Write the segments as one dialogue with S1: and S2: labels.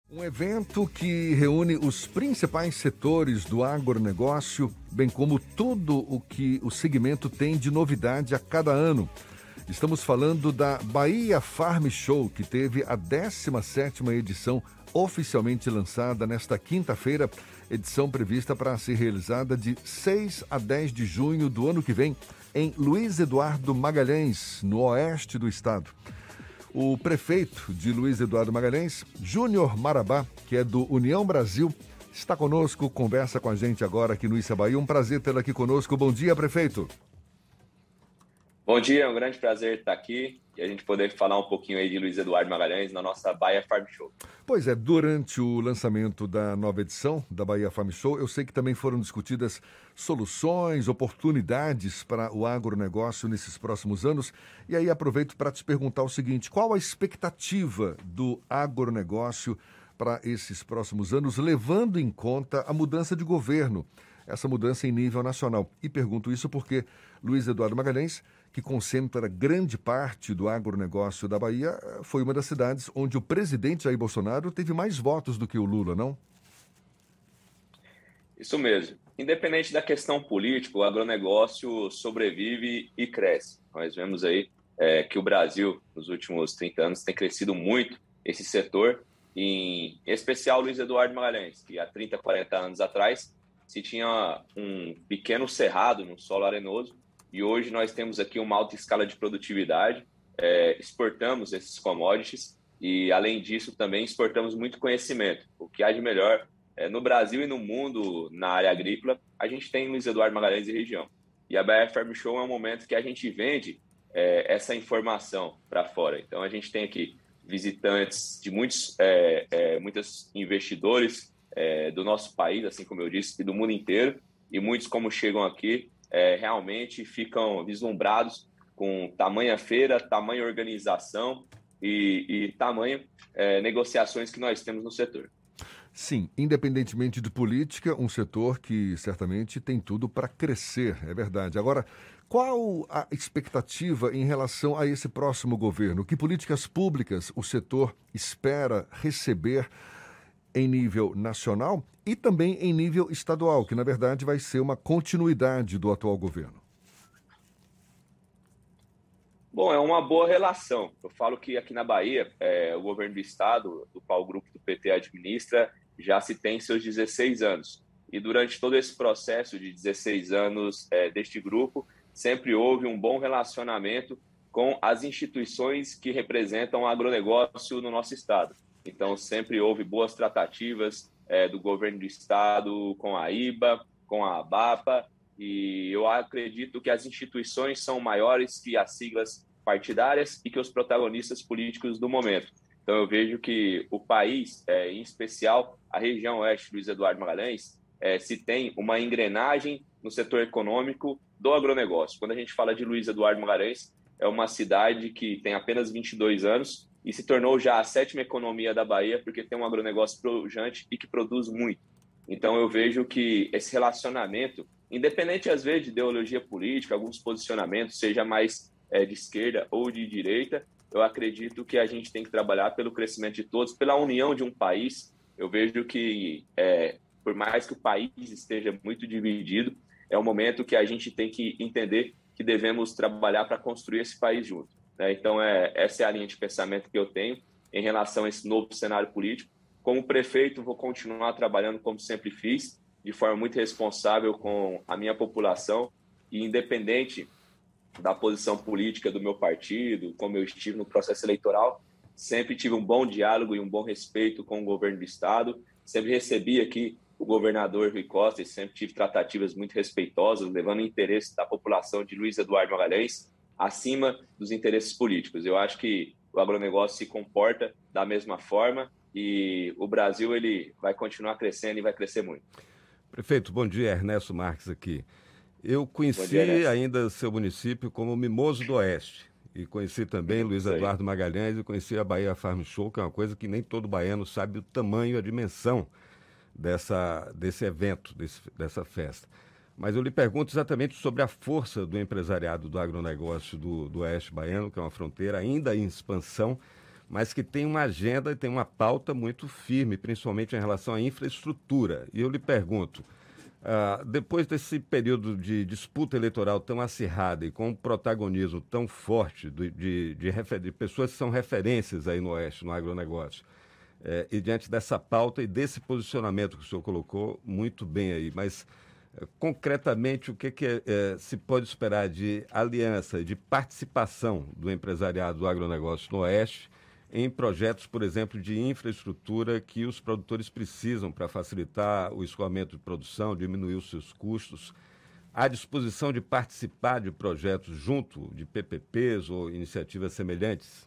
S1: Um evento que reúne os principais setores do agronegócio, bem como tudo o que o segmento tem de novidade a cada ano. Estamos falando da Bahia Farm Show, que teve a 17ª edição oficialmente lançada nesta quinta-feira, edição prevista para ser realizada de 6 a 10 de junho do ano que vem, em Luiz Eduardo Magalhães, no oeste do estado. O prefeito de Luiz Eduardo Magalhães, Júnior Marabá, que é do União Brasil, está conosco, conversa com a gente agora aqui no Issa Bahia. Um prazer tê-lo aqui conosco. Bom dia, prefeito.
S2: Bom dia, é um grande prazer estar aqui e a gente poder falar um pouquinho aí de Luiz Eduardo Magalhães na nossa Bahia Farm Show.
S1: Pois é, durante o lançamento da nova edição da Bahia Farm Show, eu sei que também foram discutidas soluções, oportunidades para o agronegócio nesses próximos anos. E aí aproveito para te perguntar o seguinte: qual a expectativa do agronegócio para esses próximos anos, levando em conta a mudança de governo, essa mudança em nível nacional? E pergunto isso porque Luiz Eduardo Magalhães, que concentra grande parte do agronegócio da Bahia, foi uma das cidades onde o presidente Jair Bolsonaro teve mais votos do que o Lula, não?
S2: Isso mesmo. Independente da questão política, o agronegócio sobrevive e cresce. Nós vemos aí que o Brasil, nos últimos 30 anos, tem crescido muito esse setor, em especial Luiz Eduardo Magalhães, que há 30, 40 anos atrás se tinha um pequeno cerrado no solo arenoso, e hoje nós temos aqui uma alta escala de produtividade, exportamos esses commodities e, além disso, também exportamos muito conhecimento. O que há de melhor no Brasil e no mundo na área agrícola, a gente tem Luiz Eduardo Magalhães e região. E a Bahia Farm Show é um momento que a gente vende essa informação para fora. Então, a gente tem aqui visitantes de muitos investidores do nosso país, assim como eu disse, e do mundo inteiro, e muitos, como chegam aqui, realmente ficam vislumbrados com tamanha feira, tamanha organização e tamanha negociações que nós temos no setor.
S1: Sim, independentemente de política, um setor que certamente tem tudo para crescer, é verdade. Agora, qual a expectativa em relação a esse próximo governo? Que políticas públicas o setor espera receber em nível nacional e também em nível estadual, que na verdade vai ser uma continuidade do atual governo?
S2: Bom, é uma boa relação. Eu falo que aqui na Bahia, o governo do estado, do qual o grupo do PT administra, já se tem seus 16 anos. E durante todo esse processo de 16 anos deste grupo, sempre houve um bom relacionamento com as instituições que representam o agronegócio no nosso estado. Então, sempre houve boas tratativas do governo do estado com a IBA, com a ABAPA, e eu acredito que as instituições são maiores que as siglas partidárias e que os protagonistas políticos do momento. Então, eu vejo que o país, em especial a região oeste, Luiz Eduardo Magalhães, se tem uma engrenagem no setor econômico do agronegócio. Quando a gente fala de Luiz Eduardo Magalhães, é uma cidade que tem apenas 22 anos e se tornou já a 7ª economia da Bahia, porque tem um agronegócio pujante e que produz muito. Então, eu vejo que esse relacionamento, independente às vezes de ideologia política, alguns posicionamentos, seja mais de esquerda ou de direita, eu acredito que a gente tem que trabalhar pelo crescimento de todos, pela união de um país. Eu vejo que, por mais que o país esteja muito dividido, é um momento que a gente tem que entender que devemos trabalhar para construir esse país junto. Então, essa é a linha de pensamento que eu tenho em relação a esse novo cenário político. Como prefeito, vou continuar trabalhando como sempre fiz, de forma muito responsável com a minha população e independente da posição política do meu partido, como eu estive no processo eleitoral, sempre tive um bom diálogo e um bom respeito com o governo do estado, sempre recebi aqui o governador Rui Costa e sempre tive tratativas muito respeitosas, levando o interesse da população de Luiz Eduardo Magalhães acima dos interesses políticos. Eu acho que o agronegócio se comporta da mesma forma e o Brasil ele vai continuar crescendo e vai crescer muito.
S3: Prefeito, bom dia, Ernesto Marques aqui. Eu conheci ainda seu município como Mimoso do Oeste e conheci também Luiz Eduardo Magalhães e conheci a Bahia Farm Show, que é uma coisa que nem todo baiano sabe o tamanho e a dimensão desse evento, dessa festa. Mas eu lhe pergunto exatamente sobre a força do empresariado do agronegócio do Oeste Baiano, que é uma fronteira ainda em expansão, mas que tem uma agenda e tem uma pauta muito firme, principalmente em relação à infraestrutura. E eu lhe pergunto, depois desse período de disputa eleitoral tão acirrada e com um protagonismo tão forte de pessoas que são referências aí no Oeste, no agronegócio, e diante dessa pauta e desse posicionamento que o senhor colocou muito bem aí, mas concretamente o que se pode esperar de aliança, de participação do empresariado do agronegócio no Oeste em projetos, por exemplo, de infraestrutura que os produtores precisam para facilitar o escoamento de produção, diminuir os seus custos? Há disposição de participar de projetos junto de PPPs ou iniciativas semelhantes?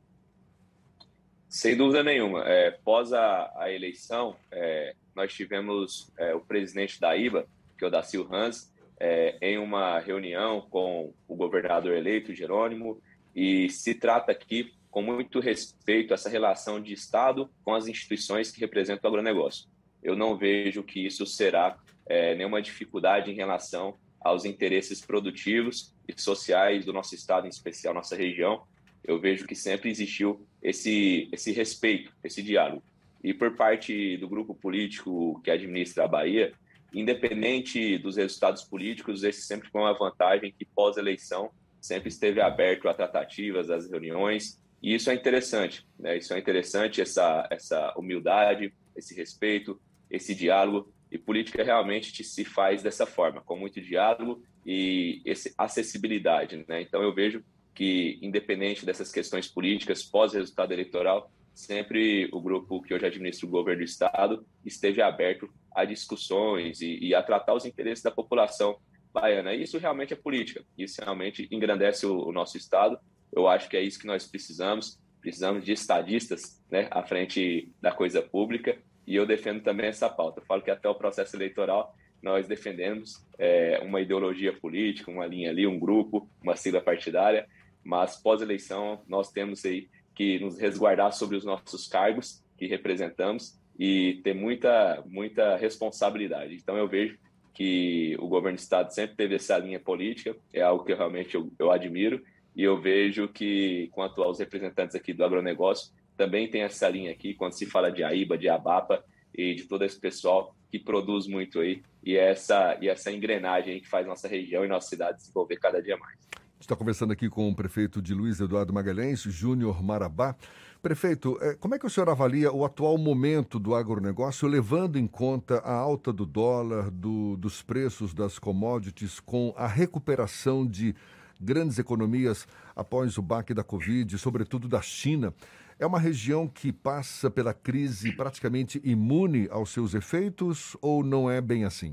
S2: Sem dúvida nenhuma. Pós a eleição, nós tivemos o presidente da IBA, que é o Dacil Hans, em uma reunião com o governador eleito, Jerônimo, e se trata aqui com muito respeito essa relação de Estado com as instituições que representam o agronegócio. Eu não vejo que isso será nenhuma dificuldade em relação aos interesses produtivos e sociais do nosso Estado, em especial nossa região. Eu vejo que sempre existiu esse respeito, esse diálogo. E por parte do grupo político que administra a Bahia, independente dos resultados políticos, esse sempre foi uma vantagem que pós-eleição sempre esteve aberto a tratativas, às reuniões. E isso é interessante, né? Isso é interessante, essa humildade, esse respeito, esse diálogo. E política realmente se faz dessa forma, com muito diálogo e acessibilidade, né? Então eu vejo que, independente dessas questões políticas, pós-resultado eleitoral, sempre o grupo que hoje administra o governo do Estado esteve aberto a discussões e a tratar os interesses da população baiana. E isso realmente é política, isso realmente engrandece o nosso Estado. Eu acho que é isso que nós precisamos de estadistas, né, à frente da coisa pública, e eu defendo também essa pauta. Eu falo que até o processo eleitoral nós defendemos uma ideologia política, uma linha ali, um grupo, uma sigla partidária, mas pós-eleição nós temos aí que nos resguardar sobre os nossos cargos que representamos e ter muita responsabilidade. Então eu vejo que o governo do Estado sempre teve essa linha política, é algo que realmente eu admiro, e eu vejo que, quanto aos representantes aqui do agronegócio, também tem essa linha aqui, quando se fala de AIBA, de ABAPA e de todo esse pessoal que produz muito aí, e essa engrenagem aí que faz nossa região e nossa cidade desenvolver cada dia mais.
S1: Está conversando aqui com o prefeito de Luiz Eduardo Magalhães, Júnior Marabá. Prefeito, como é que o senhor avalia o atual momento do agronegócio, levando em conta a alta do dólar, dos preços das commodities, com a recuperação de grandes economias após o baque da Covid, sobretudo da China? É uma região que passa pela crise praticamente imune aos seus efeitos ou não é bem assim?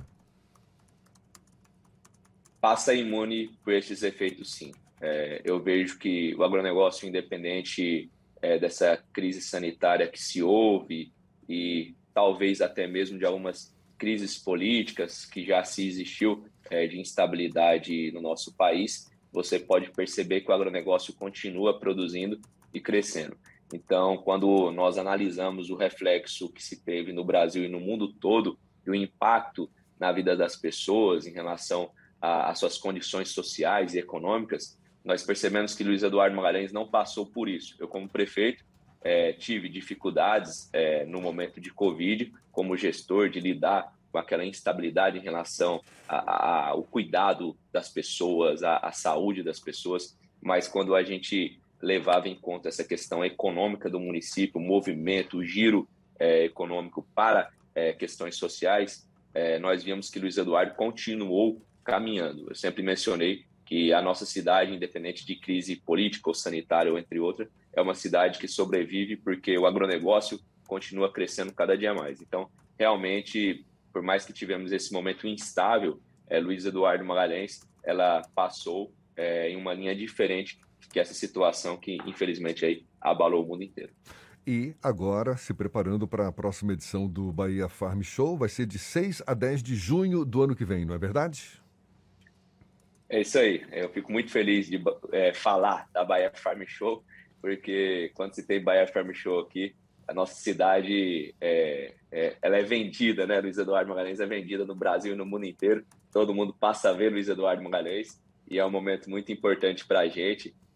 S2: Passa imune por esses efeitos, sim. Eu vejo que o agronegócio, independente dessa crise sanitária que se houve e talvez até mesmo de algumas crises políticas que já se existiu de instabilidade no nosso país, você pode perceber que o agronegócio continua produzindo e crescendo. Então, quando nós analisamos o reflexo que se teve no Brasil e no mundo todo e o impacto na vida das pessoas em relação às suas condições sociais e econômicas, nós percebemos que Luiz Eduardo Magalhães não passou por isso. Eu, como prefeito, tive dificuldades no momento de Covid, como gestor, de lidar com aquela instabilidade em relação ao cuidado das pessoas, à saúde das pessoas, mas quando a gente levava em conta essa questão econômica do município, o movimento, o giro econômico para questões sociais, nós vimos que Luiz Eduardo continuou caminhando. Eu sempre mencionei que a nossa cidade, independente de crise política ou sanitária, ou entre outras, é uma cidade que sobrevive porque o agronegócio continua crescendo cada dia mais. Então, realmente, por mais que tivemos esse momento instável, Luiz Eduardo Magalhães, ela passou em uma linha diferente que essa situação que, infelizmente, aí abalou o mundo inteiro.
S1: E agora, se preparando para a próxima edição do Bahia Farm Show, vai ser de 6 a 10 de junho do ano que vem, não é verdade?
S2: É isso aí. Eu fico muito feliz de falar da Bahia Farm Show, porque quando se tem Bahia Farm Show aqui, a nossa cidade ela é vendida, né? Luiz Eduardo Magalhães é vendida no Brasil e no mundo inteiro. Todo mundo passa a ver Luiz Eduardo Magalhães e é um momento muito importante para a gente.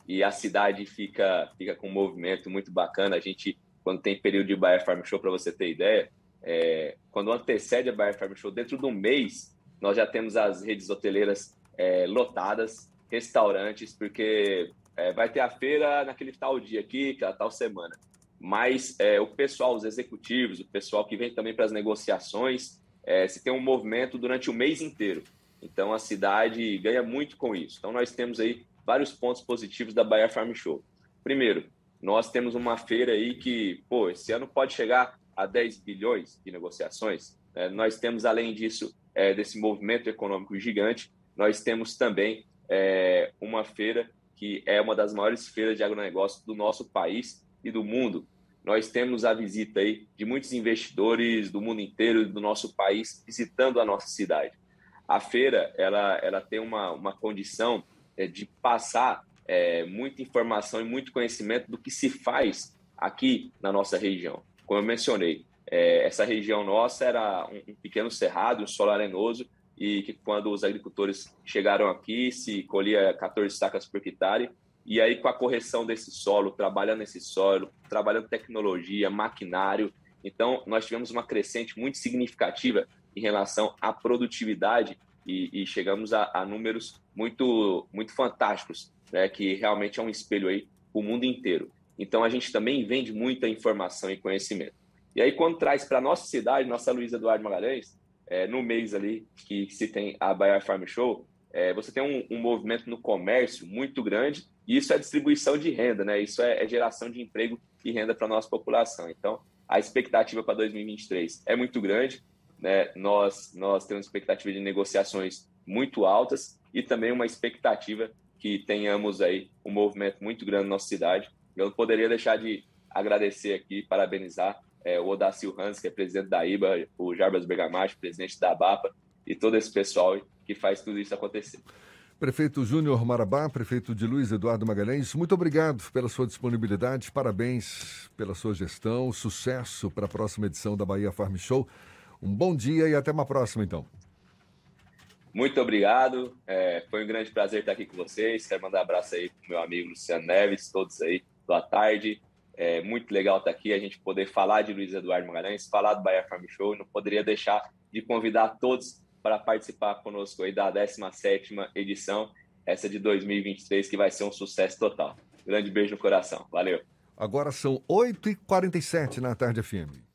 S2: e a cidade fica com um movimento muito bacana. A gente, quando tem período de Bahia Farm Show, para você ter ideia, quando antecede a Bahia Farm Show, dentro do mês, nós já temos as redes hoteleiras lotadas, restaurantes, porque vai ter a feira naquele tal dia aqui, aquela tal semana. Mas o pessoal, os executivos, o pessoal que vem também para as negociações, se tem um movimento durante o mês inteiro. Então, a cidade ganha muito com isso. Então, nós temos aí vários pontos positivos da Bahia Farm Show. Primeiro, nós temos uma feira aí que, esse ano pode chegar a 10 bilhões de negociações. Nós temos, além disso, desse movimento econômico gigante, nós temos também uma feira que é uma das maiores feiras de agronegócio do nosso país e do mundo. Nós temos a visita aí de muitos investidores do mundo inteiro e do nosso país visitando a nossa cidade. A feira ela tem uma condição de passar muita informação e muito conhecimento do que se faz aqui na nossa região. Como eu mencionei, essa região nossa era um pequeno cerrado, um solo arenoso, e que quando os agricultores chegaram aqui, se colhia 14 sacas por hectare, e aí com a correção desse solo, trabalhando esse solo, trabalhando tecnologia, maquinário, então nós tivemos uma crescente muito significativa em relação à produtividade e chegamos a números muito, muito fantásticos, né, que realmente é um espelho aí para o mundo inteiro. Então a gente também vende muita informação e conhecimento. E aí quando traz para a nossa cidade, nossa Luiz Eduardo Magalhães, no mês ali que se tem a Bahia Farm Show, você tem um movimento no comércio muito grande, e isso é distribuição de renda, né? Isso é geração de emprego e renda para a nossa população. Então, a expectativa para 2023 é muito grande, né? Nós temos expectativa de negociações muito altas e também uma expectativa que tenhamos aí um movimento muito grande na nossa cidade. Eu não poderia deixar de agradecer aqui, parabenizar o Odacil Hans, que é presidente da IBA, o Jarbas Bergamaschi, presidente da ABAPA, e todo esse pessoal que faz tudo isso acontecer.
S1: Prefeito Júnior Marabá, prefeito de Luiz Eduardo Magalhães, muito obrigado pela sua disponibilidade, parabéns pela sua gestão, sucesso para a próxima edição da Bahia Farm Show. Um bom dia e até uma próxima, então.
S2: Muito obrigado, foi um grande prazer estar aqui com vocês. Quero mandar um abraço aí para o meu amigo Luciano Neves, todos aí, boa tarde. É muito legal estar aqui, a gente poder falar de Luiz Eduardo Magalhães, falar do Bahia Farm Show, e não poderia deixar de convidar todos para participar conosco aí da 17ª edição, essa de 2023, que vai ser um sucesso total. Grande beijo no coração, valeu.
S1: Agora são 8h47 na Tarde FM.